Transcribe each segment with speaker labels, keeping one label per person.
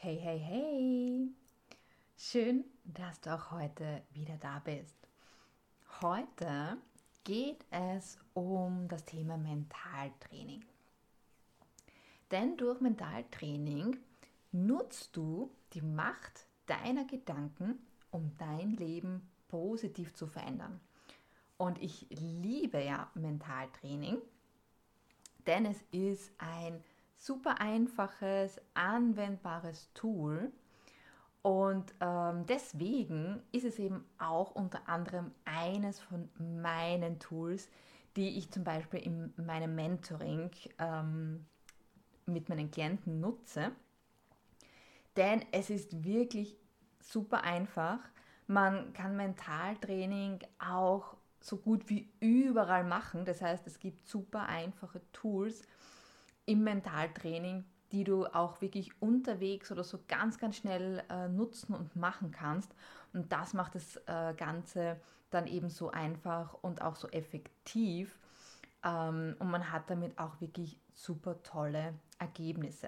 Speaker 1: Hey, hey, hey! Schön, dass du auch heute wieder da bist. Heute geht es um das Thema Mentaltraining. Denn durch Mentaltraining nutzt du die Macht deiner Gedanken, um dein Leben positiv zu verändern. Und ich liebe ja Mentaltraining, denn es ist ein super einfaches, anwendbares Tool. Und deswegen ist es eben auch unter anderem eines von meinen Tools, die ich zum Beispiel in meinem Mentoring mit meinen Klienten nutze. Denn es ist wirklich super einfach. Man kann Mentaltraining auch so gut wie überall machen. Das heißt, es gibt super einfache Tools im Mentaltraining, die du auch wirklich unterwegs oder so ganz, ganz schnell nutzen und machen kannst. Und das macht das Ganze dann eben so einfach und auch so effektiv. Und man hat damit auch wirklich super tolle Ergebnisse.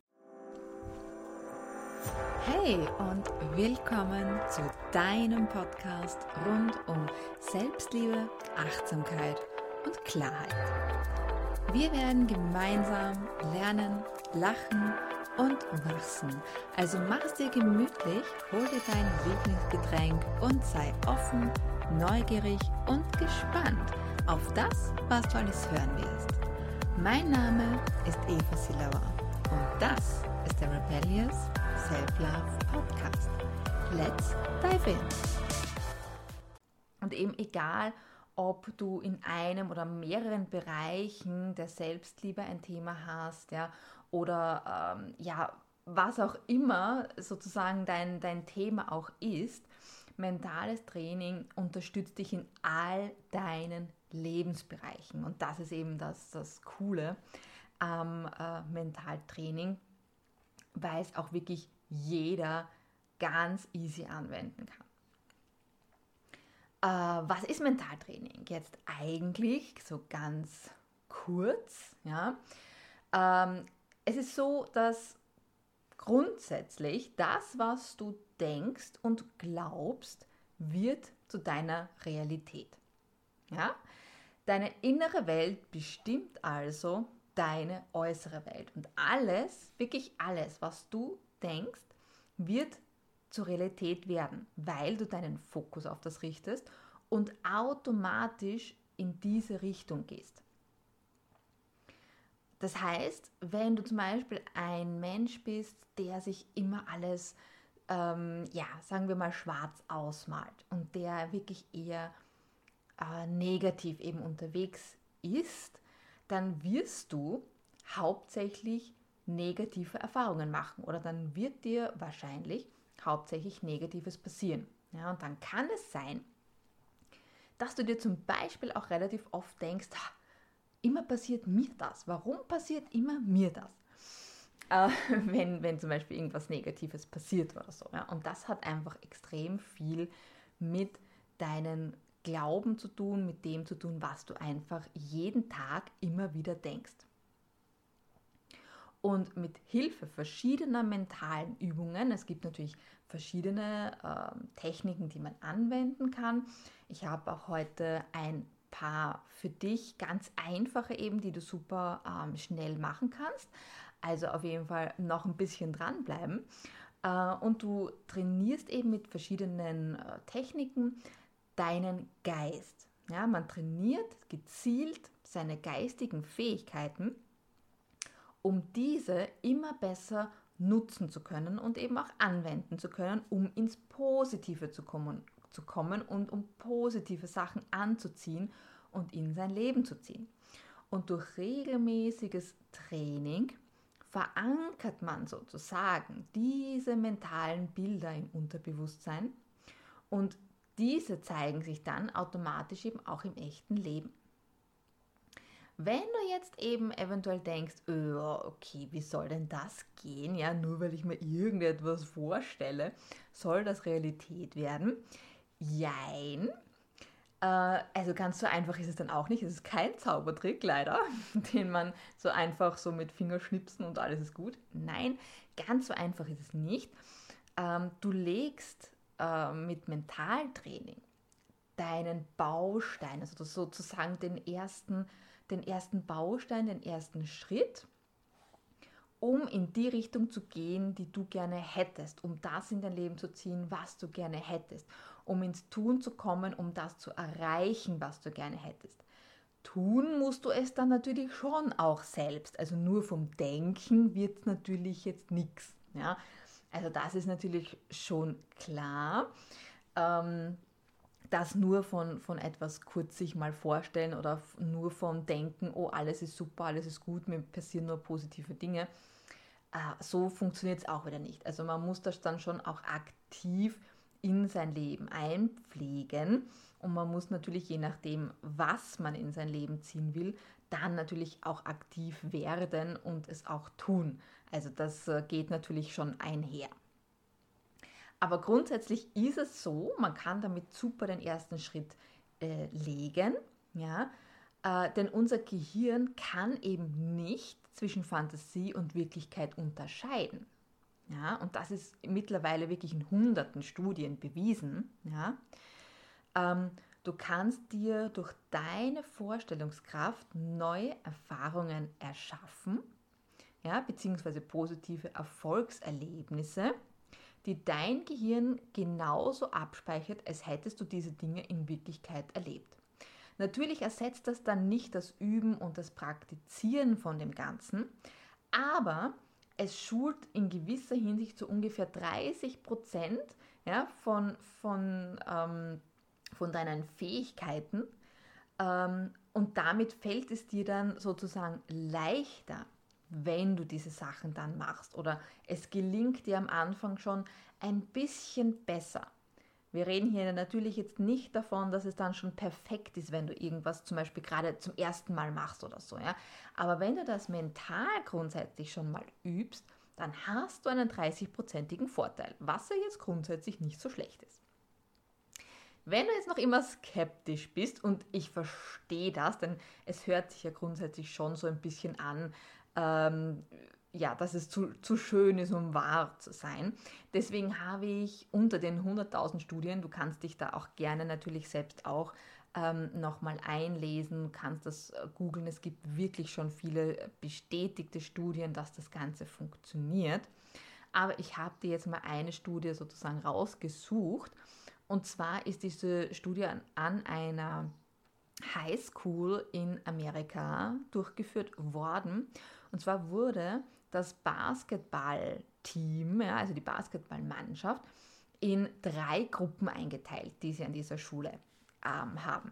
Speaker 1: Hey und willkommen zu deinem Podcast rund um Selbstliebe, Achtsamkeit und Klarheit. Wir werden gemeinsam lernen, lachen und wachsen. Also mach es dir gemütlich, hol dir dein Lieblingsgetränk und sei offen, neugierig und gespannt auf das, was du alles hören wirst. Mein Name ist Eva Silauer und das ist der Rebellious Self-Love Podcast. Let's dive in! Und eben egal, ob du in einem oder mehreren Bereichen der Selbstliebe ein Thema hast, ja, oder was auch immer sozusagen dein Thema auch ist, mentales Training unterstützt dich in all deinen Lebensbereichen. Und das ist eben das Coole am Mentaltraining, weil es auch wirklich jeder ganz easy anwenden kann. Was ist Mentaltraining? Jetzt eigentlich so ganz kurz. Ja? Es ist so, dass grundsätzlich das, was du denkst und glaubst, wird zu deiner Realität. Ja? Deine innere Welt bestimmt also deine äußere Welt. Und alles, wirklich alles, was du denkst, wird zur Realität werden, weil du deinen Fokus auf das richtest und automatisch in diese Richtung gehst. Das heißt, wenn du zum Beispiel ein Mensch bist, der sich immer alles, sagen wir mal, schwarz ausmalt und der wirklich eher negativ eben unterwegs ist, dann wirst du hauptsächlich negative Erfahrungen machen oder dann wird dir wahrscheinlich hauptsächlich Negatives passieren. Ja, und dann kann es sein, dass du dir zum Beispiel auch relativ oft denkst, immer passiert mir das. Warum passiert immer mir das? Wenn zum Beispiel irgendwas Negatives passiert oder so. Ja? Und das hat einfach extrem viel mit deinen Glauben zu tun, mit dem zu tun, was du einfach jeden Tag immer wieder denkst. Und mit Hilfe verschiedener mentalen Übungen, es gibt natürlich verschiedene Techniken, die man anwenden kann. Ich habe auch heute ein paar für dich ganz einfache eben, die du super schnell machen kannst. Also auf jeden Fall noch ein bisschen dranbleiben. Und du trainierst eben mit verschiedenen Techniken deinen Geist. Ja, man trainiert gezielt seine geistigen Fähigkeiten, um diese immer besser nutzen zu können und eben auch anwenden zu können, um ins Positive zu kommen und um positive Sachen anzuziehen und in sein Leben zu ziehen. Und durch regelmäßiges Training verankert man sozusagen diese mentalen Bilder im Unterbewusstsein und diese zeigen sich dann automatisch eben auch im echten Leben. Wenn du jetzt eben eventuell denkst, okay, wie soll denn das gehen? Ja, nur weil ich mir irgendetwas vorstelle, soll das Realität werden? Jein. Also ganz so einfach ist es dann auch nicht. Es ist kein Zaubertrick, leider, den man so einfach so mit Fingerschnipsen und alles ist gut. Nein, ganz so einfach ist es nicht. Du legst mit Mentaltraining deinen Baustein, also sozusagen den ersten Baustein, den ersten Schritt, um in die Richtung zu gehen, die du gerne hättest, um das in dein Leben zu ziehen, was du gerne hättest, um ins Tun zu kommen, um das zu erreichen, was du gerne hättest. Tun musst du es dann natürlich schon auch selbst, also nur vom Denken wird es natürlich jetzt nichts. Ja? Also das ist natürlich schon klar. Das nur von etwas kurz sich mal vorstellen oder nur vom Denken, oh, alles ist super, alles ist gut, mir passieren nur positive Dinge. So funktioniert es auch wieder nicht. Also man muss das dann schon auch aktiv in sein Leben einpflegen und man muss natürlich je nachdem, was man in sein Leben ziehen will, dann natürlich auch aktiv werden und es auch tun. Also das geht natürlich schon einher. Aber grundsätzlich ist es so, man kann damit super den ersten Schritt legen, ja, denn unser Gehirn kann eben nicht zwischen Fantasie und Wirklichkeit unterscheiden. Ja, und das ist mittlerweile wirklich in hunderten Studien bewiesen. Ja. Du kannst dir durch deine Vorstellungskraft neue Erfahrungen erschaffen, ja, beziehungsweise positive Erfolgserlebnisse, die dein Gehirn genauso abspeichert, als hättest du diese Dinge in Wirklichkeit erlebt. Natürlich ersetzt das dann nicht das Üben und das Praktizieren von dem Ganzen, aber es schult in gewisser Hinsicht so ungefähr 30% ja, von deinen Fähigkeiten und damit fällt es dir dann sozusagen leichter, wenn du diese Sachen dann machst oder es gelingt dir am Anfang schon ein bisschen besser. Wir reden hier natürlich jetzt nicht davon, dass es dann schon perfekt ist, wenn du irgendwas zum Beispiel gerade zum ersten Mal machst oder so. Ja? Aber wenn du das mental grundsätzlich schon mal übst, dann hast du einen 30%igen Vorteil, was ja jetzt grundsätzlich nicht so schlecht ist. Wenn du jetzt noch immer skeptisch bist, und ich verstehe das, denn es hört sich ja grundsätzlich schon so ein bisschen an, ja, dass es zu schön ist, um wahr zu sein. Deswegen habe ich unter den 100.000 Studien, du kannst dich da auch gerne natürlich selbst auch nochmal einlesen, kannst das googeln, es gibt wirklich schon viele bestätigte Studien, dass das Ganze funktioniert. Aber ich habe dir jetzt mal eine Studie sozusagen rausgesucht. Und zwar ist diese Studie an einer Highschool in Amerika durchgeführt worden. Und zwar wurde das Basketballteam, ja, also die Basketballmannschaft, in 3 Gruppen eingeteilt, die sie an dieser Schule haben.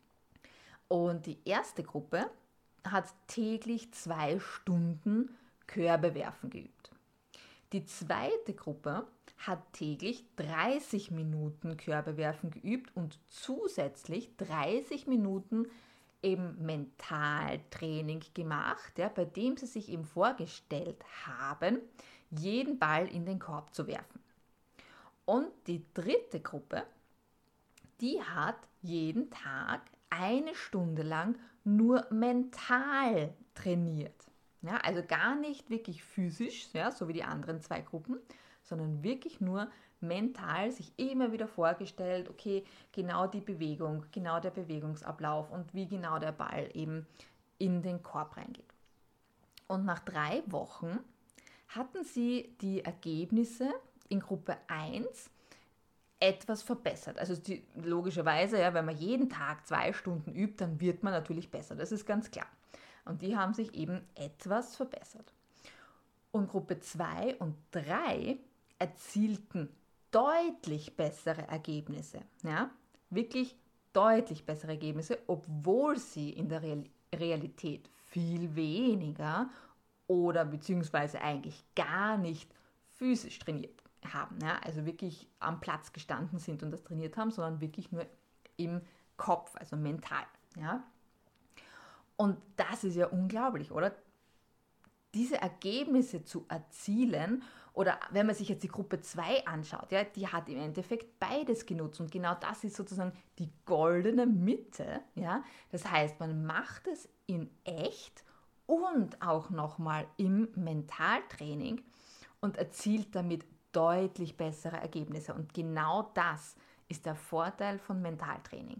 Speaker 1: Und die erste Gruppe hat täglich 2 Stunden Körbe werfen geübt. Die zweite Gruppe hat täglich 30 Minuten Körbewerfen geübt und zusätzlich 30 Minuten eben Mentaltraining gemacht, ja, bei dem sie sich eben vorgestellt haben, jeden Ball in den Korb zu werfen. Und die dritte Gruppe, die hat jeden Tag 1 Stunde lang nur mental trainiert. Ja, also gar nicht wirklich physisch, ja, so wie die anderen 2 Gruppen, sondern wirklich nur mental sich immer wieder vorgestellt, okay, genau die Bewegung, genau der Bewegungsablauf und wie genau der Ball eben in den Korb reingeht. Und nach 3 Wochen hatten sie die Ergebnisse in Gruppe 1 etwas verbessert. Also logischerweise, ja, wenn man jeden Tag 2 Stunden übt, dann wird man natürlich besser, das ist ganz klar. Und die haben sich eben etwas verbessert. Und Gruppe 2 und 3 erzielten deutlich bessere Ergebnisse. Ja? Wirklich deutlich bessere Ergebnisse, obwohl sie in der Realität viel weniger oder beziehungsweise eigentlich gar nicht physisch trainiert haben. Ja? Also wirklich am Platz gestanden sind und das trainiert haben, sondern wirklich nur im Kopf, also mental. Ja? Und das ist ja unglaublich, oder? Diese Ergebnisse zu erzielen, oder wenn man sich jetzt die Gruppe 2 anschaut, ja, die hat im Endeffekt beides genutzt und genau das ist sozusagen die goldene Mitte. Ja? Das heißt, man macht es in echt und auch nochmal im Mentaltraining und erzielt damit deutlich bessere Ergebnisse. Und genau das ist der Vorteil von Mentaltraining.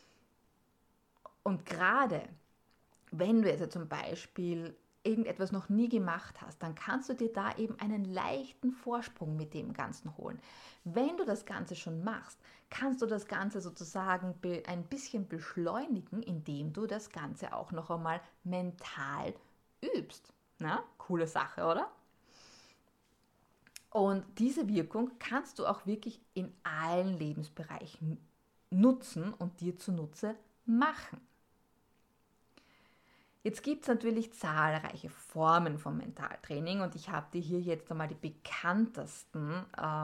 Speaker 1: Und gerade wenn du jetzt zum Beispiel irgendetwas noch nie gemacht hast, dann kannst du dir da eben einen leichten Vorsprung mit dem Ganzen holen. Wenn du das Ganze schon machst, kannst du das Ganze sozusagen ein bisschen beschleunigen, indem du das Ganze auch noch einmal mental übst. Na, coole Sache, oder? Und diese Wirkung kannst du auch wirklich in allen Lebensbereichen nutzen und dir zunutze machen. Jetzt gibt es natürlich zahlreiche Formen von Mentaltraining und ich habe dir hier jetzt einmal die bekanntesten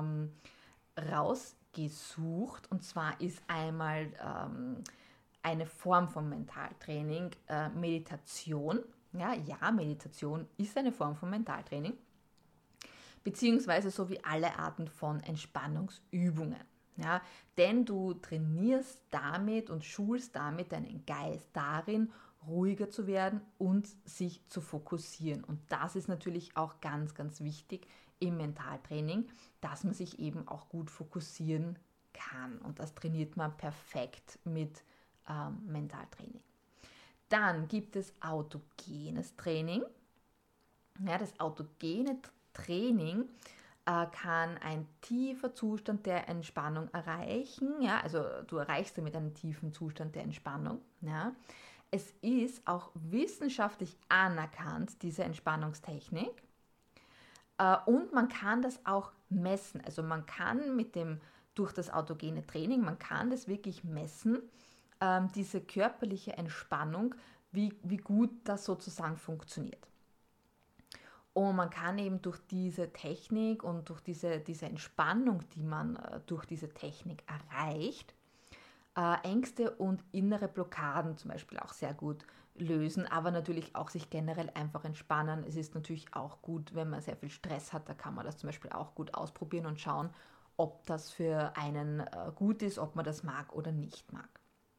Speaker 1: rausgesucht. Und zwar ist einmal eine Form von Mentaltraining Meditation. Ja, Meditation ist eine Form von Mentaltraining, beziehungsweise so wie alle Arten von Entspannungsübungen. Ja, denn du trainierst damit und schulst damit deinen Geist darin, ruhiger zu werden und sich zu fokussieren. Und das ist natürlich auch ganz, ganz wichtig im Mentaltraining, dass man sich eben auch gut fokussieren kann. Und das trainiert man perfekt mit Mentaltraining. Dann gibt es autogenes Training. Ja, das autogene Training kann ein tiefer Zustand der Entspannung erreichen. Ja, also du erreichst damit einen tiefen Zustand der Entspannung. Ja. Es ist auch wissenschaftlich anerkannt, diese Entspannungstechnik. Und man kann das auch messen. Also man kann durch das autogene Training, man kann das wirklich messen, diese körperliche Entspannung, wie gut das sozusagen funktioniert. Und man kann eben durch diese Technik und durch diese Entspannung, die man durch diese Technik erreicht, Ängste und innere Blockaden zum Beispiel auch sehr gut lösen, aber natürlich auch sich generell einfach entspannen. Es ist natürlich auch gut, wenn man sehr viel Stress hat, da kann man das zum Beispiel auch gut ausprobieren und schauen, ob das für einen gut ist, ob man das mag oder nicht mag.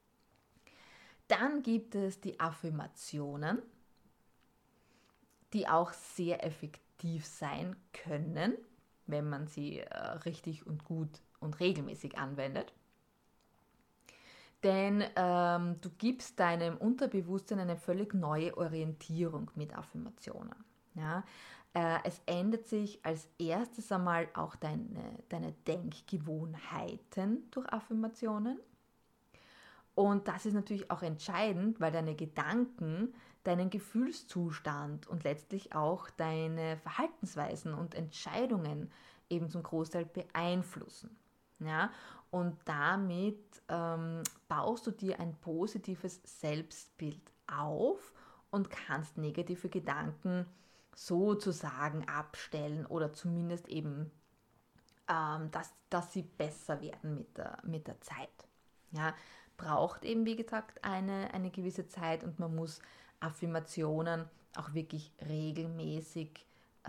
Speaker 1: Dann gibt es die Affirmationen, die auch sehr effektiv sein können, wenn man sie richtig und gut und regelmäßig anwendet. Denn du gibst deinem Unterbewusstsein eine völlig neue Orientierung mit Affirmationen. Ja? Es ändert sich als erstes einmal auch deine Denkgewohnheiten durch Affirmationen. Und das ist natürlich auch entscheidend, weil deine Gedanken deinen Gefühlszustand und letztlich auch deine Verhaltensweisen und Entscheidungen eben zum Großteil beeinflussen. Ja? Und damit baust du dir ein positives Selbstbild auf und kannst negative Gedanken sozusagen abstellen oder zumindest eben, dass sie besser werden mit der Zeit. Ja? Braucht eben, wie gesagt, eine gewisse Zeit und man muss Affirmationen auch wirklich regelmäßig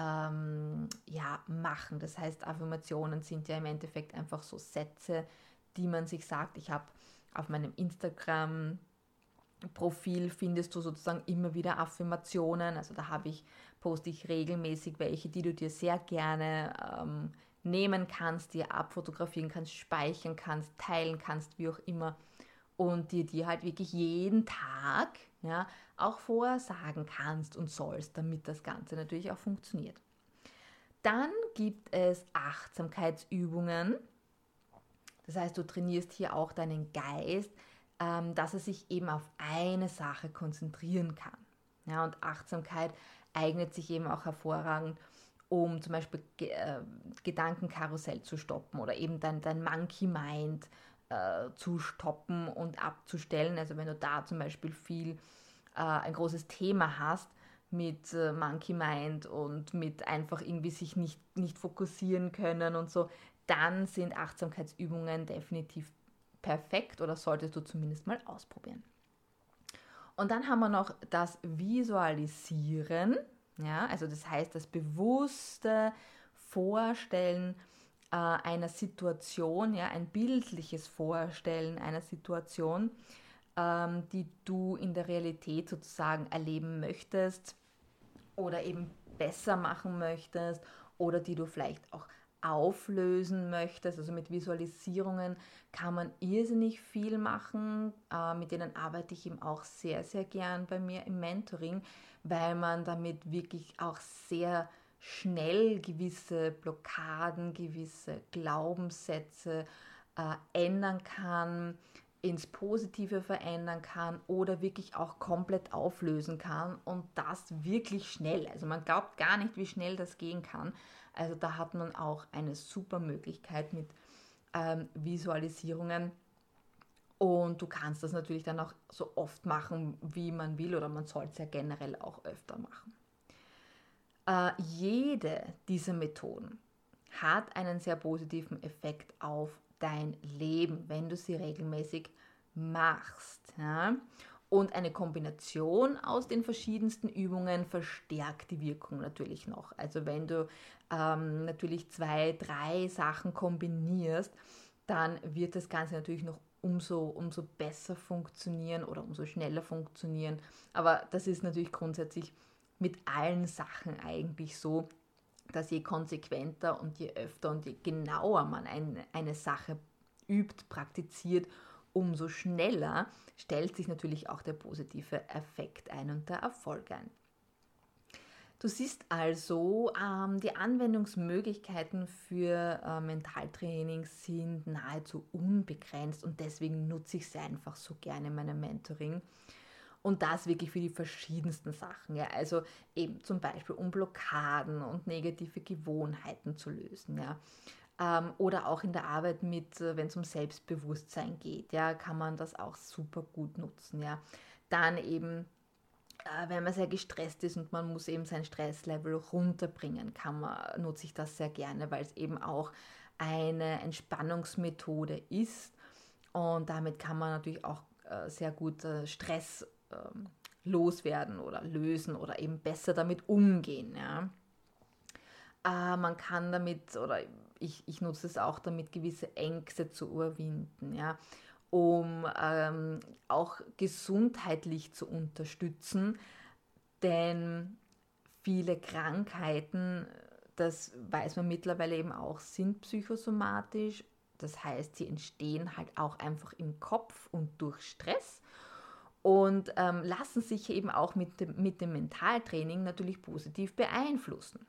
Speaker 1: machen. Das heißt, Affirmationen sind ja im Endeffekt einfach so Sätze, die man sich sagt. Ich habe auf meinem Instagram-Profil findest du sozusagen immer wieder Affirmationen. Also da poste ich regelmäßig welche, die du dir sehr gerne nehmen kannst, dir abfotografieren kannst, speichern kannst, teilen kannst, wie auch immer. Und dir halt wirklich jeden Tag auch vorsagen kannst und sollst, damit das Ganze natürlich auch funktioniert. Dann gibt es Achtsamkeitsübungen. Das heißt, du trainierst hier auch deinen Geist, dass er sich eben auf eine Sache konzentrieren kann. Ja, und Achtsamkeit eignet sich eben auch hervorragend, um zum Beispiel Gedankenkarussell zu stoppen oder eben dein Monkey Mind zu stoppen und abzustellen. Also wenn du da zum Beispiel ein großes Thema hast mit Monkey Mind und mit einfach irgendwie sich nicht fokussieren können und so, dann sind Achtsamkeitsübungen definitiv perfekt oder solltest du zumindest mal ausprobieren. Und dann haben wir noch das Visualisieren, ja, also das heißt das bewusste Vorstellen einer Situation, ja, ein bildliches Vorstellen einer Situation, die du in der Realität sozusagen erleben möchtest oder eben besser machen möchtest oder die du vielleicht auch auflösen möchtest. Also mit Visualisierungen kann man irrsinnig viel machen. Mit denen arbeite ich eben auch sehr, sehr gern bei mir im Mentoring, weil man damit wirklich auch sehr schnell gewisse Blockaden, gewisse Glaubenssätze ändern kann, ins Positive verändern kann oder wirklich auch komplett auflösen kann und das wirklich schnell. Also man glaubt gar nicht, wie schnell das gehen kann. Also da hat man auch eine super Möglichkeit mit Visualisierungen und du kannst das natürlich dann auch so oft machen, wie man will oder man soll es ja generell auch öfter machen. Jede dieser Methoden hat einen sehr positiven Effekt auf dein Leben, wenn du sie regelmäßig machst. Ja? Und eine Kombination aus den verschiedensten Übungen verstärkt die Wirkung natürlich noch. Also wenn du natürlich 2, 3 Sachen kombinierst, dann wird das Ganze natürlich noch umso besser funktionieren oder umso schneller funktionieren. Aber das ist natürlich grundsätzlich mit allen Sachen eigentlich so, dass je konsequenter und je öfter und je genauer man eine Sache übt, praktiziert, umso schneller stellt sich natürlich auch der positive Effekt ein und der Erfolg ein. Du siehst also, die Anwendungsmöglichkeiten für Mentaltraining sind nahezu unbegrenzt und deswegen nutze ich sie einfach so gerne in meinem Mentoring. Und das wirklich für die verschiedensten Sachen. Ja? Also eben zum Beispiel um Blockaden und negative Gewohnheiten zu lösen. Ja? Oder auch in der Arbeit mit, wenn es um Selbstbewusstsein geht, ja, kann man das auch super gut nutzen. Ja? Dann eben, wenn man sehr gestresst ist und man muss eben sein Stresslevel runterbringen, nutze ich das sehr gerne, weil es eben auch eine Entspannungsmethode ist. Und damit kann man natürlich auch sehr gut Stress loswerden oder lösen oder eben besser damit umgehen. Ja. Man kann damit, oder ich nutze es auch damit, gewisse Ängste zu überwinden, ja, um auch gesundheitlich zu unterstützen, denn viele Krankheiten, das weiß man mittlerweile eben auch, sind psychosomatisch. Das heißt, sie entstehen halt auch einfach im Kopf und durch Stress und lassen sich eben auch mit dem Mentaltraining natürlich positiv beeinflussen.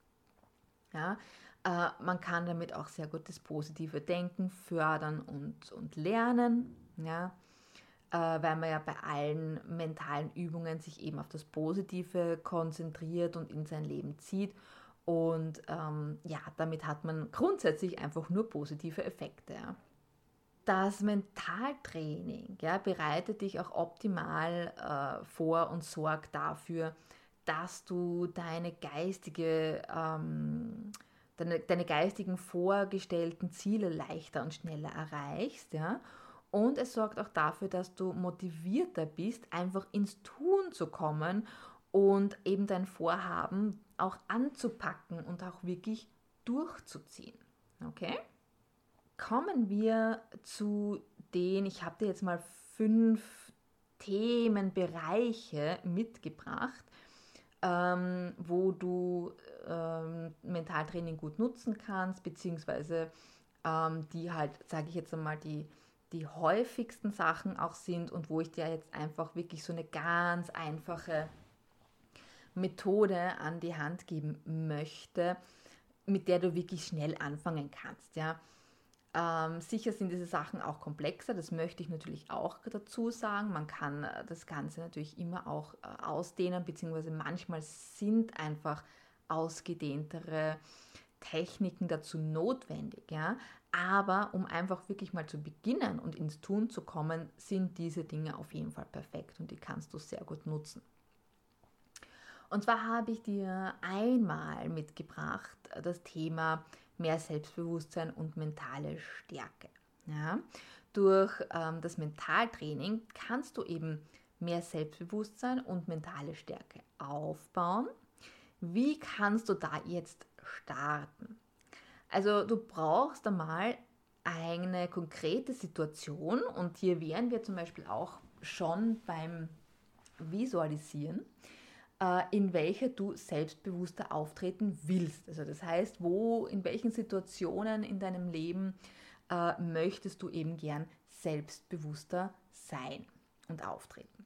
Speaker 1: Ja, man kann damit auch sehr gut das positive Denken fördern und lernen, ja, weil man ja bei allen mentalen Übungen sich eben auf das Positive konzentriert und in sein Leben zieht. Und ja, damit hat man grundsätzlich einfach nur positive Effekte. Ja. Das Mentaltraining, ja, bereitet dich auch optimal vor und sorgt dafür, dass du deine geistigen vorgestellten Ziele leichter und schneller erreichst. Ja? Und es sorgt auch dafür, dass du motivierter bist, einfach ins Tun zu kommen und eben dein Vorhaben auch anzupacken und auch wirklich durchzuziehen. Okay? Kommen wir zu ich habe dir jetzt mal 5 Themenbereiche mitgebracht, wo du Mentaltraining gut nutzen kannst, beziehungsweise die halt, sage ich jetzt einmal, die häufigsten Sachen auch sind und wo ich dir jetzt einfach wirklich so eine ganz einfache Methode an die Hand geben möchte, mit der du wirklich schnell anfangen kannst. Ja. Sicher sind diese Sachen auch komplexer, das möchte ich natürlich auch dazu sagen. Man kann das Ganze natürlich immer auch ausdehnen, beziehungsweise manchmal sind einfach ausgedehntere Techniken dazu notwendig. Ja? Aber um einfach wirklich mal zu beginnen und ins Tun zu kommen, sind diese Dinge auf jeden Fall perfekt und die kannst du sehr gut nutzen. Und zwar habe ich dir einmal mitgebracht das Thema mehr Selbstbewusstsein und mentale Stärke. Ja? Durch das Mentaltraining kannst du eben mehr Selbstbewusstsein und mentale Stärke aufbauen. Wie kannst du da jetzt starten? Also du brauchst einmal eine konkrete Situation und hier wären wir zum Beispiel auch schon beim Visualisieren. in welcher du selbstbewusster auftreten willst. Also das heißt, in welchen Situationen in deinem Leben möchtest du eben gern selbstbewusster sein und auftreten.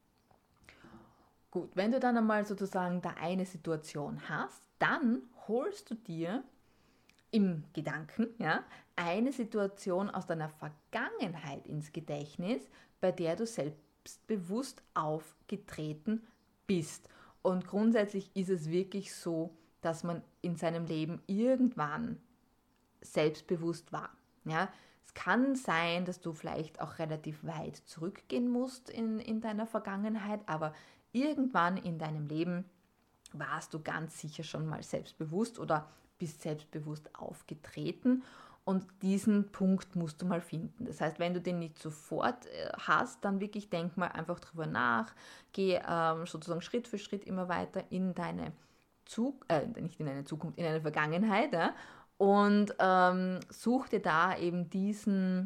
Speaker 1: Gut, wenn du dann einmal sozusagen da eine Situation hast, dann holst du dir im Gedanken eine Situation aus deiner Vergangenheit ins Gedächtnis, bei der du selbstbewusst aufgetreten bist. Und grundsätzlich ist es wirklich so, dass man in seinem Leben irgendwann selbstbewusst war. Ja, es kann sein, dass du vielleicht auch relativ weit zurückgehen musst in deiner Vergangenheit, aber irgendwann in deinem Leben warst du ganz sicher schon mal selbstbewusst oder bist selbstbewusst aufgetreten und diesen Punkt musst du mal finden. Das heißt, wenn du den nicht sofort hast, dann wirklich denk mal einfach drüber nach, geh sozusagen Schritt für Schritt immer weiter in deine nicht in eine Zukunft, in eine Vergangenheit, ja, und such dir da eben diese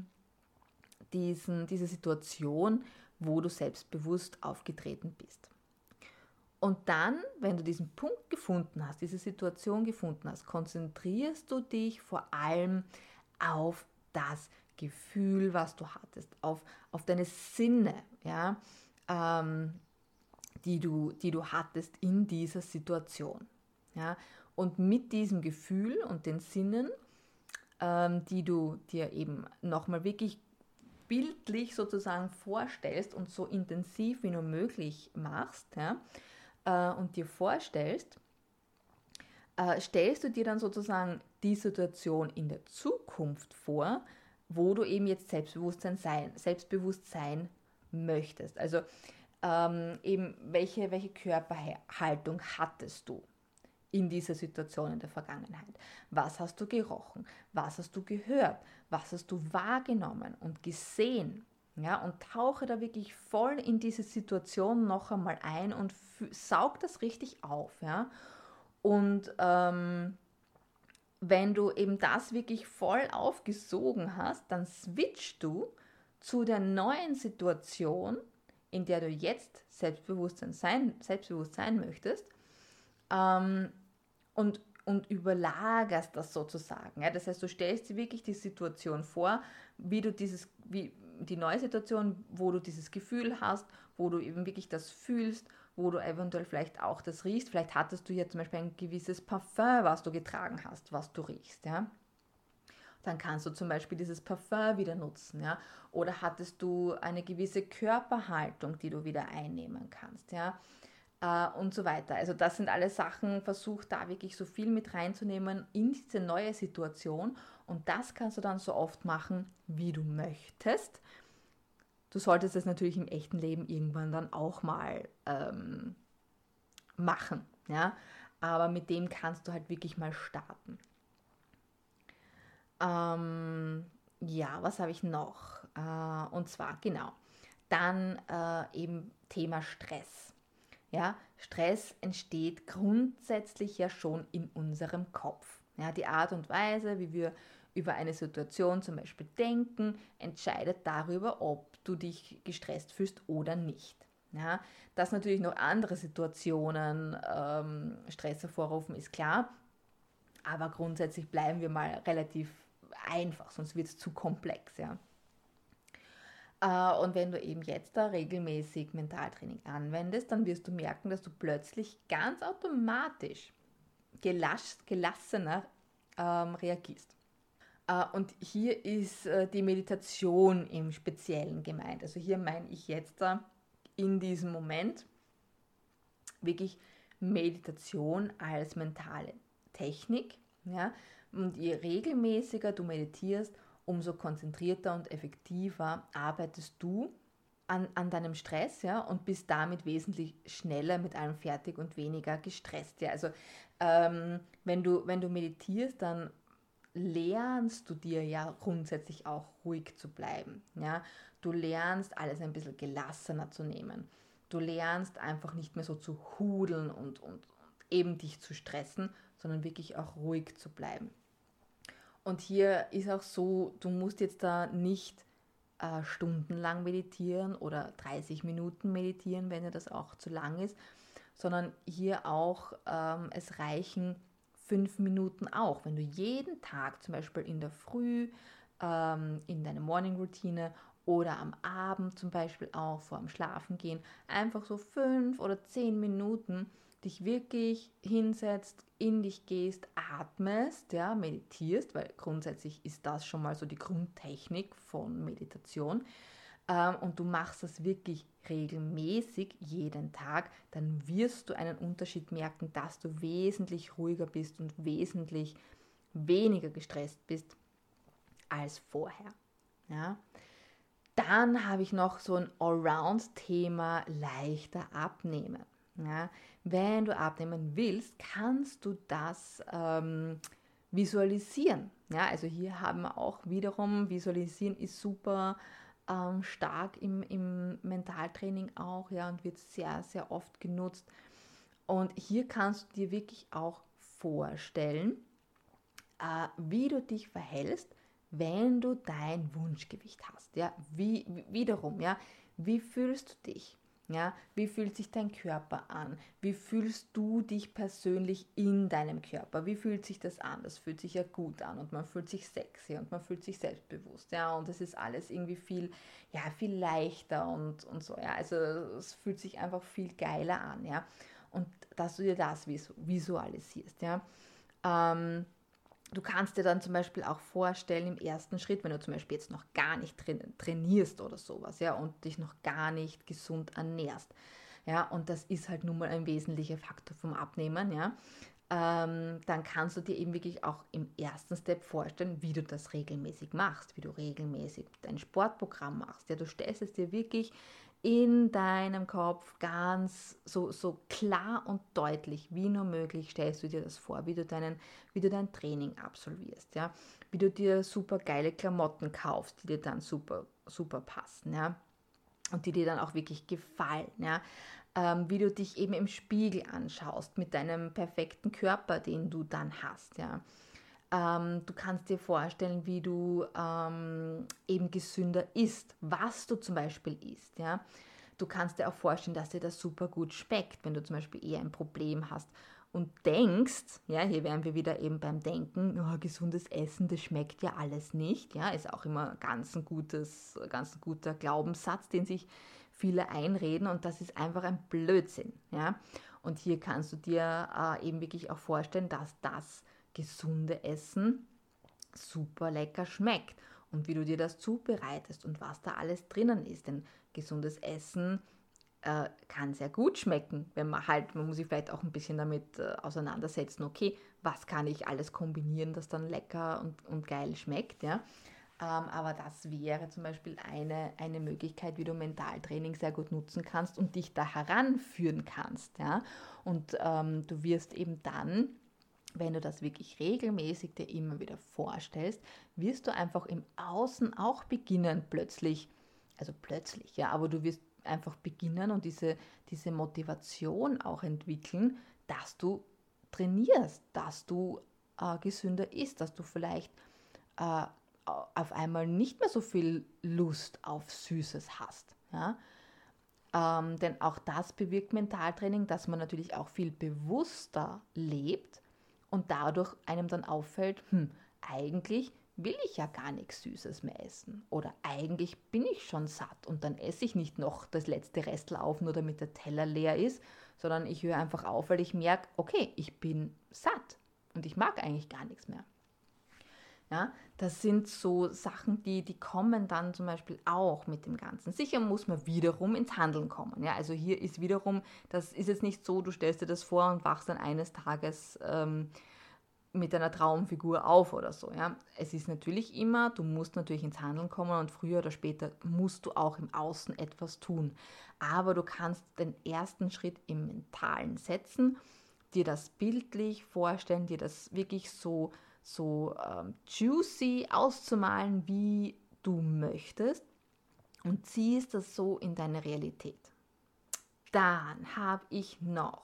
Speaker 1: Situation, wo du selbstbewusst aufgetreten bist. Und dann, wenn du diesen Punkt gefunden hast, diese Situation gefunden hast, konzentrierst du dich vor allem auf das Gefühl, was du hattest, auf deine Sinne, ja, die du hattest in dieser Situation. Ja. Und mit diesem Gefühl und den Sinnen, die du dir eben nochmal wirklich bildlich sozusagen vorstellst und so intensiv wie nur möglich machst, ja, und dir vorstellst, stellst du dir dann sozusagen die Situation in der Zukunft vor, wo du eben jetzt selbstbewusst sein möchtest. Also eben welche Körperhaltung hattest du in dieser Situation in der Vergangenheit? Was hast du gerochen? Was hast du gehört? Was hast du wahrgenommen und gesehen? Ja, und tauche da wirklich voll in diese Situation noch einmal ein und saug das richtig auf. Ja? Und wenn du eben das wirklich voll aufgesogen hast, dann switchst du zu der neuen Situation, in der du jetzt selbstbewusst sein möchtest, und überlagerst das sozusagen. Ja? Das heißt, du stellst dir wirklich die Situation vor, wie die neue Situation, wo du dieses Gefühl hast, wo du eben wirklich das fühlst, wo du eventuell vielleicht auch das riechst. Vielleicht hattest du ja zum Beispiel ein gewisses Parfum, was du getragen hast, was du riechst. Ja? Dann kannst du zum Beispiel dieses Parfum wieder nutzen. Ja? Oder hattest du eine gewisse Körperhaltung, die du wieder einnehmen kannst. Ja? Und so weiter. Also das sind alle Sachen, versuch da wirklich so viel mit reinzunehmen in diese neue Situation und das kannst du dann so oft machen, wie du möchtest. Du solltest es natürlich im echten Leben irgendwann dann auch mal machen, ja? Aber mit dem kannst du halt wirklich mal starten. Ja, was habe ich noch? Und zwar, genau, dann eben Thema Stress. Ja, Stress entsteht grundsätzlich ja schon in unserem Kopf. Ja, die Art und Weise, wie wir über eine Situation zum Beispiel denken, entscheidet darüber, ob du dich gestresst fühlst oder nicht. Ja, dass natürlich noch andere Situationen Stress hervorrufen, ist klar, aber grundsätzlich bleiben wir mal relativ einfach, sonst wird es zu komplex. Ja. Und wenn du eben jetzt da regelmäßig Mentaltraining anwendest, dann wirst du merken, dass du plötzlich ganz automatisch gelassener reagierst. Und hier ist die Meditation im Speziellen gemeint. Also hier meine ich jetzt in diesem Moment wirklich Meditation als mentale Technik. Ja? Und je regelmäßiger du meditierst, umso konzentrierter und effektiver arbeitest du an deinem Stress, ja, und bist damit wesentlich schneller mit allem fertig und weniger gestresst. Ja. Also wenn du meditierst, dann lernst du dir ja grundsätzlich auch ruhig zu bleiben. Ja. Du lernst alles ein bisschen gelassener zu nehmen. Du lernst einfach nicht mehr so zu hudeln und eben dich zu stressen, sondern wirklich auch ruhig zu bleiben. Und hier ist auch so, du musst jetzt da nicht stundenlang meditieren oder 30 Minuten meditieren, wenn dir das auch zu lang ist, sondern hier auch, es reichen 5 Minuten auch. Wenn du jeden Tag zum Beispiel in der Früh, in deine Morning-Routine oder am Abend zum Beispiel auch vor dem Schlafengehen einfach so 5 oder 10 Minuten dich wirklich hinsetzt, in dich gehst, atmest, ja, meditierst, weil grundsätzlich ist das schon mal so die Grundtechnik von Meditation, und du machst das wirklich regelmäßig jeden Tag, dann wirst du einen Unterschied merken, dass du wesentlich ruhiger bist und wesentlich weniger gestresst bist als vorher. Ja? Dann habe ich noch so ein Allround-Thema, leichter abnehmen. Ja? Wenn du abnehmen willst, kannst du das visualisieren. Ja? Also hier haben wir auch wiederum, visualisieren ist super stark im Mentaltraining auch, ja, und wird sehr, sehr oft genutzt. Und hier kannst du dir wirklich auch vorstellen, wie du dich verhältst, wenn du dein Wunschgewicht hast. Ja? Wiederum, ja? Wie fühlst du dich? Ja? Wie fühlt sich dein Körper an? Wie fühlst du dich persönlich in deinem Körper? Wie fühlt sich das an? Das fühlt sich ja gut an und man fühlt sich sexy und man fühlt sich selbstbewusst. Ja? Und es ist alles irgendwie viel leichter und so. Ja? Also es fühlt sich einfach viel geiler an. Ja? Und dass du dir das visualisierst. Ja? Du kannst dir dann zum Beispiel auch vorstellen, im ersten Schritt, wenn du zum Beispiel jetzt noch gar nicht trainierst oder sowas, ja, und dich noch gar nicht gesund ernährst, ja, und das ist halt nun mal ein wesentlicher Faktor vom Abnehmen, ja, dann kannst du dir eben wirklich auch im ersten Step vorstellen, wie du das regelmäßig machst, wie du regelmäßig dein Sportprogramm machst, ja, du stellst es dir wirklich in deinem Kopf ganz so klar und deutlich wie nur möglich, stellst du dir das vor, wie du dein Training absolvierst, ja, wie du dir super geile Klamotten kaufst, die dir dann super, super passen, ja, und die dir dann auch wirklich gefallen, ja, wie du dich eben im Spiegel anschaust mit deinem perfekten Körper, den du dann hast, ja. Du kannst dir vorstellen, wie du eben gesünder isst, was du zum Beispiel isst. Ja? Du kannst dir auch vorstellen, dass dir das super gut schmeckt, wenn du zum Beispiel eher ein Problem hast und denkst, ja, hier wären wir wieder eben beim Denken, oh, gesundes Essen, das schmeckt ja alles nicht. Ja? Ist auch immer ganz ein guter Glaubenssatz, den sich viele einreden, und das ist einfach ein Blödsinn. Ja? Und hier kannst du dir eben wirklich auch vorstellen, dass das gesunde Essen super lecker schmeckt und wie du dir das zubereitest und was da alles drinnen ist. Denn gesundes Essen kann sehr gut schmecken, wenn man muss sich vielleicht auch ein bisschen damit auseinandersetzen, okay, was kann ich alles kombinieren, das dann lecker und geil schmeckt, ja. Aber das wäre zum Beispiel eine Möglichkeit, wie du Mentaltraining sehr gut nutzen kannst und dich da heranführen kannst, ja. Und du wirst eben dann, wenn du das wirklich regelmäßig dir immer wieder vorstellst, wirst du einfach im Außen auch beginnen plötzlich, ja, aber du wirst einfach beginnen und diese Motivation auch entwickeln, dass du trainierst, dass du gesünder isst, dass du vielleicht auf einmal nicht mehr so viel Lust auf Süßes hast, ja. Denn auch das bewirkt Mentaltraining, dass man natürlich auch viel bewusster lebt und dadurch einem dann auffällt, eigentlich will ich ja gar nichts Süßes mehr essen oder eigentlich bin ich schon satt und dann esse ich nicht noch das letzte Restel auf, nur damit der Teller leer ist, sondern ich höre einfach auf, weil ich merke, okay, ich bin satt und ich mag eigentlich gar nichts mehr. Ja, das sind so Sachen, die kommen dann zum Beispiel auch mit dem Ganzen. Sicher muss man wiederum ins Handeln kommen. Ja? Also hier ist wiederum, das ist jetzt nicht so, du stellst dir das vor und wachst dann eines Tages mit einer Traumfigur auf oder so. Ja? Es ist natürlich immer, du musst natürlich ins Handeln kommen und früher oder später musst du auch im Außen etwas tun. Aber du kannst den ersten Schritt im Mentalen setzen, dir das bildlich vorstellen, dir das wirklich so juicy auszumalen, wie du möchtest, und ziehst das so in deine Realität. Dann habe ich noch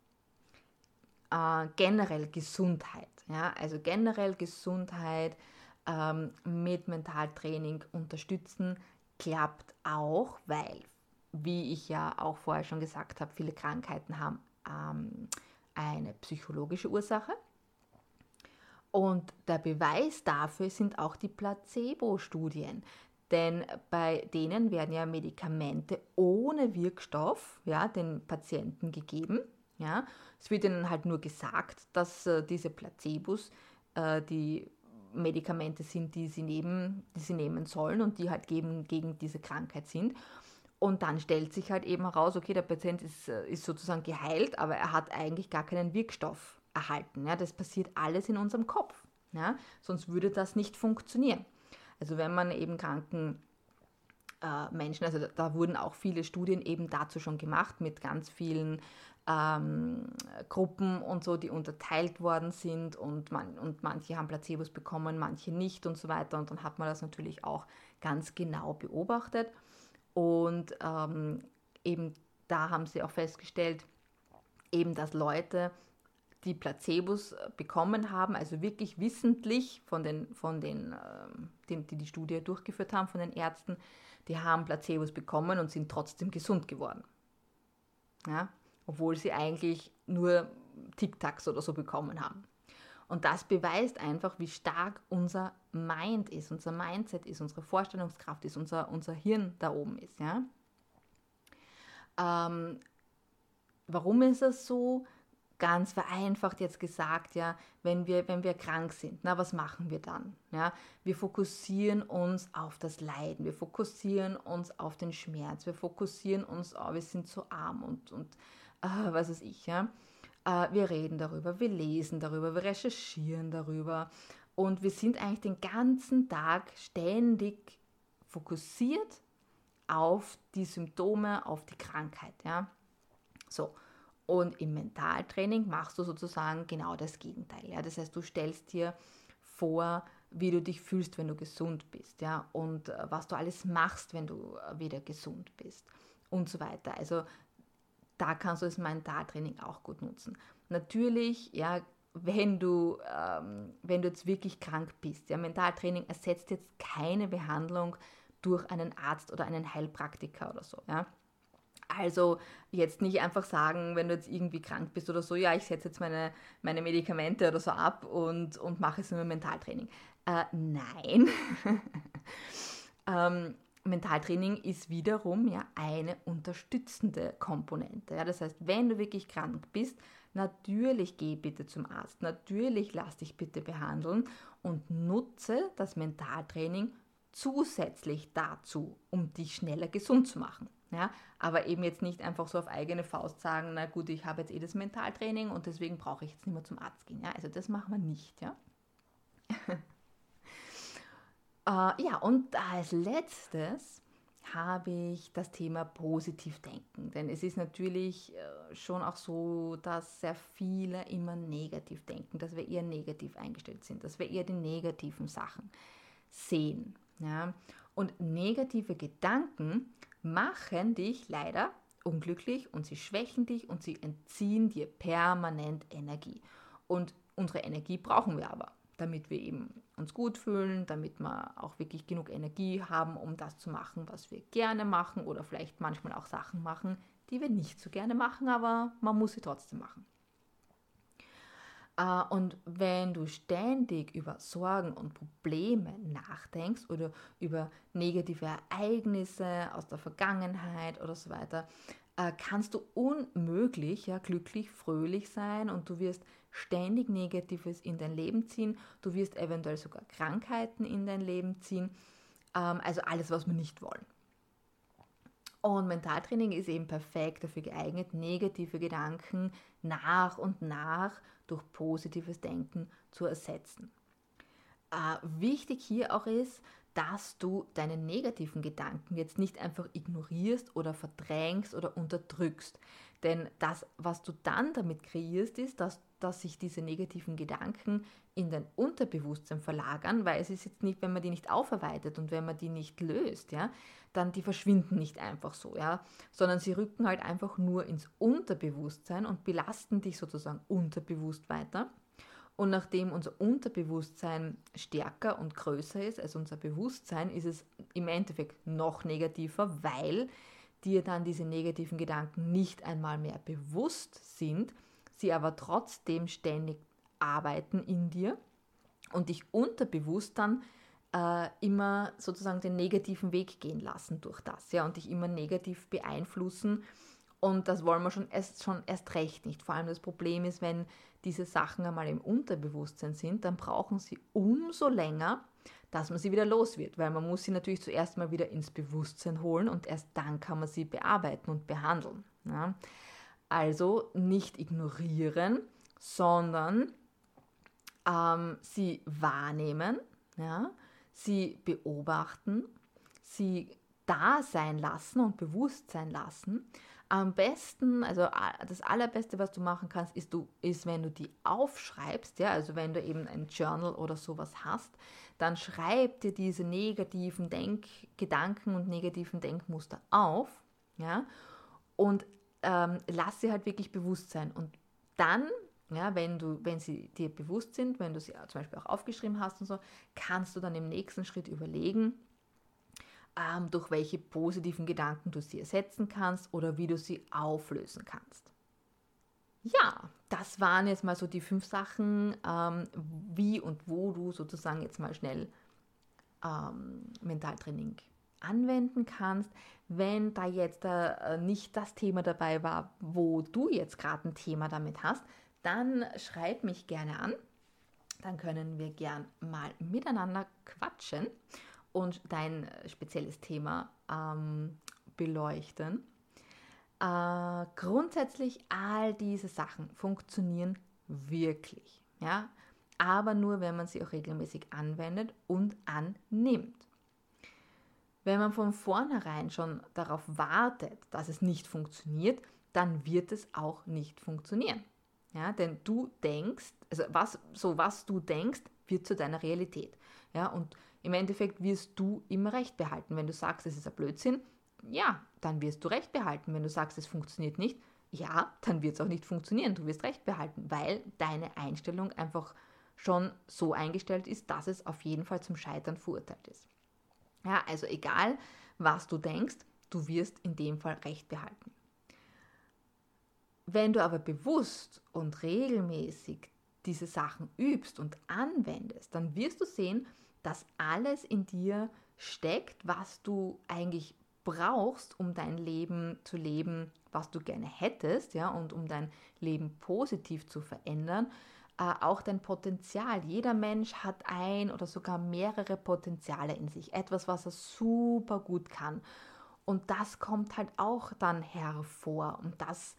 Speaker 1: generell Gesundheit. Ja? Also generell Gesundheit mit Mentaltraining unterstützen klappt auch, weil, wie ich ja auch vorher schon gesagt habe, viele Krankheiten haben eine psychologische Ursache. Und der Beweis dafür sind auch die Placebo-Studien. Denn bei denen werden ja Medikamente ohne Wirkstoff, ja, den Patienten gegeben. Ja. Es wird ihnen halt nur gesagt, dass diese Placebos die Medikamente sind, die sie nehmen sollen und die halt gegen diese Krankheit sind. Und dann stellt sich halt eben heraus, okay, der Patient ist sozusagen geheilt, aber er hat eigentlich gar keinen Wirkstoff erhalten. Ja. Das passiert alles in unserem Kopf. Ja. Sonst würde das nicht funktionieren. Also wenn man eben kranken Menschen, also da wurden auch viele Studien eben dazu schon gemacht mit ganz vielen Gruppen und so, die unterteilt worden sind und manche haben Placebos bekommen, manche nicht und so weiter. Und dann hat man das natürlich auch ganz genau beobachtet. Und eben da haben sie auch festgestellt, eben dass Leute, die Placebos bekommen haben, also wirklich wissentlich die Studie durchgeführt haben, von den Ärzten, die haben Placebos bekommen und sind trotzdem gesund geworden. Ja? Obwohl sie eigentlich nur Tic-Tacs oder so bekommen haben. Und das beweist einfach, wie stark unser Mind ist, unser Mindset ist, unsere Vorstellungskraft ist, unser Hirn da oben ist. Ja? Warum ist das so? Ganz vereinfacht jetzt gesagt, ja, wenn wir krank sind, na, was machen wir dann? Ja? Wir fokussieren uns auf das Leiden, wir fokussieren uns auf den Schmerz, wir fokussieren uns, wir sind so arm und was weiß ich, ja. Wir reden darüber, wir lesen darüber, wir recherchieren darüber und wir sind eigentlich den ganzen Tag ständig fokussiert auf die Symptome, auf die Krankheit, ja. So. Und im Mentaltraining machst du sozusagen genau das Gegenteil. Ja? Das heißt, du stellst dir vor, wie du dich fühlst, wenn du gesund bist, ja? Und was du alles machst, wenn du wieder gesund bist und so weiter. Also da kannst du das Mentaltraining auch gut nutzen. Natürlich, ja, wenn du jetzt wirklich krank bist, ja, Mentaltraining ersetzt jetzt keine Behandlung durch einen Arzt oder einen Heilpraktiker oder so, ja. Also jetzt nicht einfach sagen, wenn du jetzt irgendwie krank bist oder so, ja, ich setze jetzt meine Medikamente oder so ab und mache jetzt nur Mentaltraining. Nein. Mentaltraining ist wiederum ja eine unterstützende Komponente. Ja? Das heißt, wenn du wirklich krank bist, natürlich geh bitte zum Arzt, natürlich lass dich bitte behandeln und nutze das Mentaltraining zusätzlich dazu, um dich schneller gesund zu machen. Ja, aber eben jetzt nicht einfach so auf eigene Faust sagen, na gut, ich habe jetzt das Mentaltraining und deswegen brauche ich jetzt nicht mehr zum Arzt gehen. Ja, also das machen wir nicht. Ja, ja, und als letztes habe ich das Thema Positivdenken. Denn es ist natürlich schon auch so, dass sehr viele immer negativ denken, dass wir eher negativ eingestellt sind, dass wir eher die negativen Sachen sehen. Ja? Und negative Gedanken machen dich leider unglücklich und sie schwächen dich und sie entziehen dir permanent Energie. Und unsere Energie brauchen wir aber, damit wir eben uns gut fühlen, damit wir auch wirklich genug Energie haben, um das zu machen, was wir gerne machen oder vielleicht manchmal auch Sachen machen, die wir nicht so gerne machen, aber man muss sie trotzdem machen. Und wenn du ständig über Sorgen und Probleme nachdenkst oder über negative Ereignisse aus der Vergangenheit oder so weiter, kannst du unmöglich glücklich, fröhlich sein und du wirst ständig Negatives in dein Leben ziehen. Du wirst eventuell sogar Krankheiten in dein Leben ziehen. Also alles, was wir nicht wollen. Und Mentaltraining ist eben perfekt dafür geeignet, negative Gedanken nach und nach durch positives Denken zu ersetzen. Wichtig hier auch ist, dass du deine negativen Gedanken jetzt nicht einfach ignorierst oder verdrängst oder unterdrückst. Denn das, was du dann damit kreierst, ist, dass sich diese negativen Gedanken in dein Unterbewusstsein verlagern, weil es ist jetzt nicht, wenn man die nicht aufarbeitet und wenn man die nicht löst, ja, dann die verschwinden nicht einfach so, ja, sondern sie rücken halt einfach nur ins Unterbewusstsein und belasten dich sozusagen unterbewusst weiter. Und nachdem unser Unterbewusstsein stärker und größer ist als unser Bewusstsein, ist es im Endeffekt noch negativer, weil dir dann diese negativen Gedanken nicht einmal mehr bewusst sind, sie aber trotzdem ständig arbeiten in dir und dich unterbewusst dann immer sozusagen den negativen Weg gehen lassen durch das, ja, und dich immer negativ beeinflussen. Und das wollen wir schon erst recht nicht. Vor allem das Problem ist, wenn diese Sachen einmal im Unterbewusstsein sind, dann brauchen sie umso länger, dass man sie wieder los wird, weil man muss sie natürlich zuerst mal wieder ins Bewusstsein holen und erst dann kann man sie bearbeiten und behandeln. Ja. Also nicht ignorieren, sondern sie wahrnehmen, ja, sie beobachten, sie da sein lassen und bewusst sein lassen. Am besten, also das Allerbeste, was du machen kannst, ist, wenn du die aufschreibst, ja, also wenn du eben ein Journal oder sowas hast, dann schreib dir diese negativen Gedanken und negativen Denkmuster auf, ja, und lass sie halt wirklich bewusst sein. Und dann, ja, wenn sie dir bewusst sind, wenn du sie zum Beispiel auch aufgeschrieben hast und so, kannst du dann im nächsten Schritt überlegen, durch welche positiven Gedanken du sie ersetzen kannst oder wie du sie auflösen kannst. Ja, das waren jetzt mal so die 5 Sachen, wie und wo du sozusagen jetzt mal schnell Mentaltraining anwenden kannst. Wenn da jetzt nicht das Thema dabei war, wo du jetzt gerade ein Thema damit hast, dann schreib mich gerne an. Dann können wir gern mal miteinander quatschen und dein spezielles Thema beleuchten. Grundsätzlich all diese Sachen funktionieren wirklich, ja, aber nur, wenn man sie auch regelmäßig anwendet und annimmt. Wenn man von vornherein schon darauf wartet, dass es nicht funktioniert, dann wird es auch nicht funktionieren. Ja, denn du denkst, also was du denkst, wird zu deiner Realität. Ja, und im Endeffekt wirst du immer Recht behalten. Wenn du sagst, es ist ein Blödsinn, ja, dann wirst du Recht behalten. Wenn du sagst, es funktioniert nicht, ja, dann wird es auch nicht funktionieren. Du wirst Recht behalten, weil deine Einstellung einfach schon so eingestellt ist, dass es auf jeden Fall zum Scheitern verurteilt ist. Ja, also egal, was du denkst, du wirst in dem Fall Recht behalten. Wenn du aber bewusst und regelmäßig diese Sachen übst und anwendest, dann wirst du sehen, dass alles in dir steckt, was du eigentlich brauchst, um dein Leben zu leben, was du gerne hättest, ja, und um dein Leben positiv zu verändern. Auch dein Potenzial. Jeder Mensch hat ein oder sogar mehrere Potenziale in sich. Etwas, was er super gut kann. Und das kommt halt auch dann hervor. Und das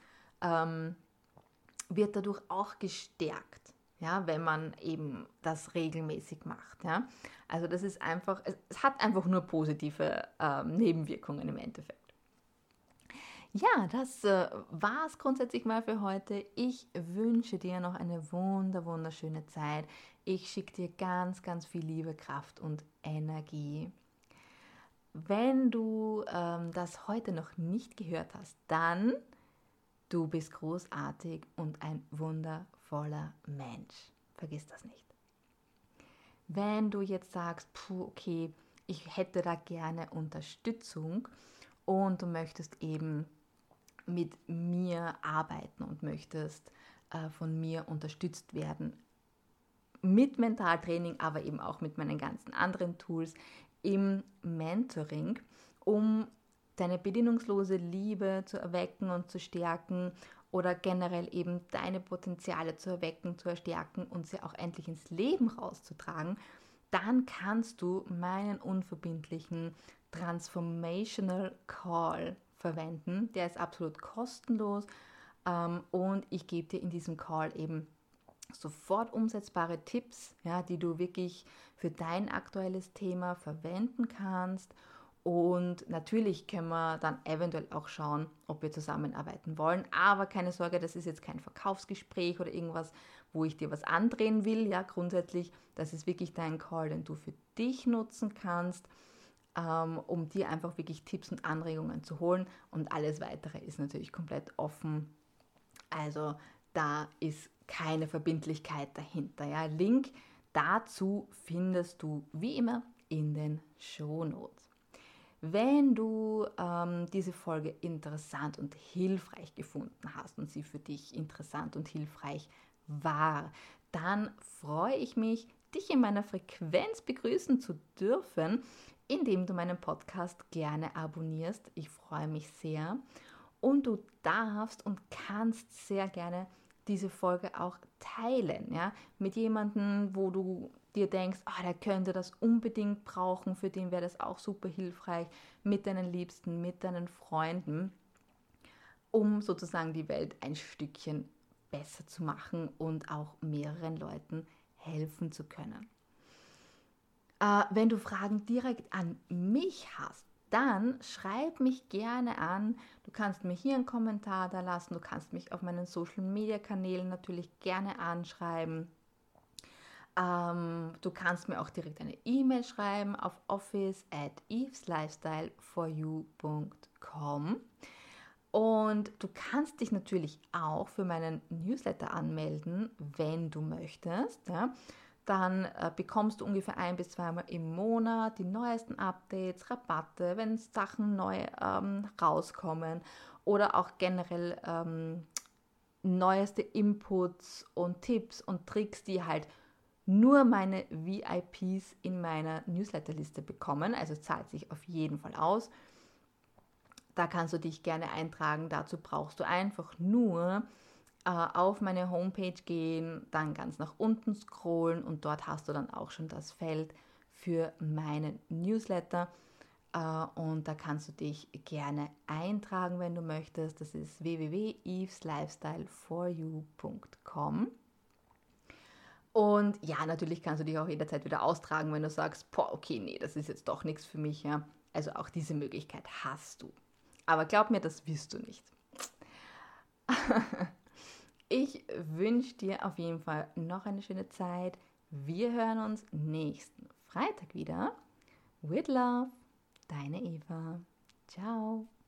Speaker 1: wird dadurch auch gestärkt, ja, wenn man eben das regelmäßig macht. Ja. Also das ist einfach, es hat einfach nur positive Nebenwirkungen im Endeffekt. Ja, das war es grundsätzlich mal für heute. Ich wünsche dir noch eine wunderschöne Zeit. Ich schicke dir ganz, ganz viel Liebe, Kraft und Energie. Wenn du das heute noch nicht gehört hast, dann du bist großartig und ein wundervoller Mensch. Vergiss das nicht. Wenn du jetzt sagst, okay, ich hätte da gerne Unterstützung und du möchtest eben mit mir arbeiten und möchtest von mir unterstützt werden mit Mentaltraining, aber eben auch mit meinen ganzen anderen Tools im Mentoring, um deine bedingungslose Liebe zu erwecken und zu stärken oder generell eben deine Potenziale zu erwecken, zu erstärken und sie auch endlich ins Leben rauszutragen, dann kannst du meinen unverbindlichen Transformational Call verwenden. Der ist absolut kostenlos und ich gebe dir in diesem Call eben sofort umsetzbare Tipps, ja, die du wirklich für dein aktuelles Thema verwenden kannst. Und natürlich können wir dann eventuell auch schauen, ob wir zusammenarbeiten wollen. Aber keine Sorge, das ist jetzt kein Verkaufsgespräch oder irgendwas, wo ich dir was andrehen will. Ja, grundsätzlich, das ist wirklich dein Call, den du für dich nutzen kannst, um dir einfach wirklich Tipps und Anregungen zu holen. Und alles Weitere ist natürlich komplett offen. Also da ist keine Verbindlichkeit dahinter. Ja. Link dazu findest du wie immer in den Shownotes. Wenn du diese Folge interessant und hilfreich gefunden hast und sie für dich interessant und hilfreich war, dann freue ich mich, dich in meiner Frequenz begrüßen zu dürfen, indem du meinen Podcast gerne abonnierst. Ich freue mich sehr. Und du darfst und kannst sehr gerne diese Folge auch teilen, ja, mit jemandem, wo du dir denkst, der könnte das unbedingt brauchen, für den wäre das auch super hilfreich, mit deinen Liebsten, mit deinen Freunden, um sozusagen die Welt ein Stückchen besser zu machen und auch mehreren Leuten helfen zu können. Wenn du Fragen direkt an mich hast, dann schreib mich gerne an. Du kannst mir hier einen Kommentar da lassen, du kannst mich auf meinen Social-Media-Kanälen natürlich gerne anschreiben. Du kannst mir auch direkt eine E-Mail schreiben auf office@eveslifestyleforyou.com. Und du kannst dich natürlich auch für meinen Newsletter anmelden, wenn du möchtest. Ja. Dann bekommst du ungefähr 1 bis 2 Mal im Monat die neuesten Updates, Rabatte, wenn Sachen neu rauskommen oder auch generell neueste Inputs und Tipps und Tricks, die halt nur meine VIPs in meiner Newsletterliste bekommen. Also zahlt sich auf jeden Fall aus. Da kannst du dich gerne eintragen. Dazu brauchst du einfach nur auf meine Homepage gehen, dann ganz nach unten scrollen und dort hast du dann auch schon das Feld für meinen Newsletter. Und da kannst du dich gerne eintragen, wenn du möchtest. Das ist www.eveslifestyleforyou.com. Und ja, natürlich kannst du dich auch jederzeit wieder austragen, wenn du sagst, okay, nee, das ist jetzt doch nichts für mich. Ja? Also auch diese Möglichkeit hast du. Aber glaub mir, das wirst du nicht. Ich wünsche dir auf jeden Fall noch eine schöne Zeit. Wir hören uns nächsten Freitag wieder. With love, deine Eva. Ciao.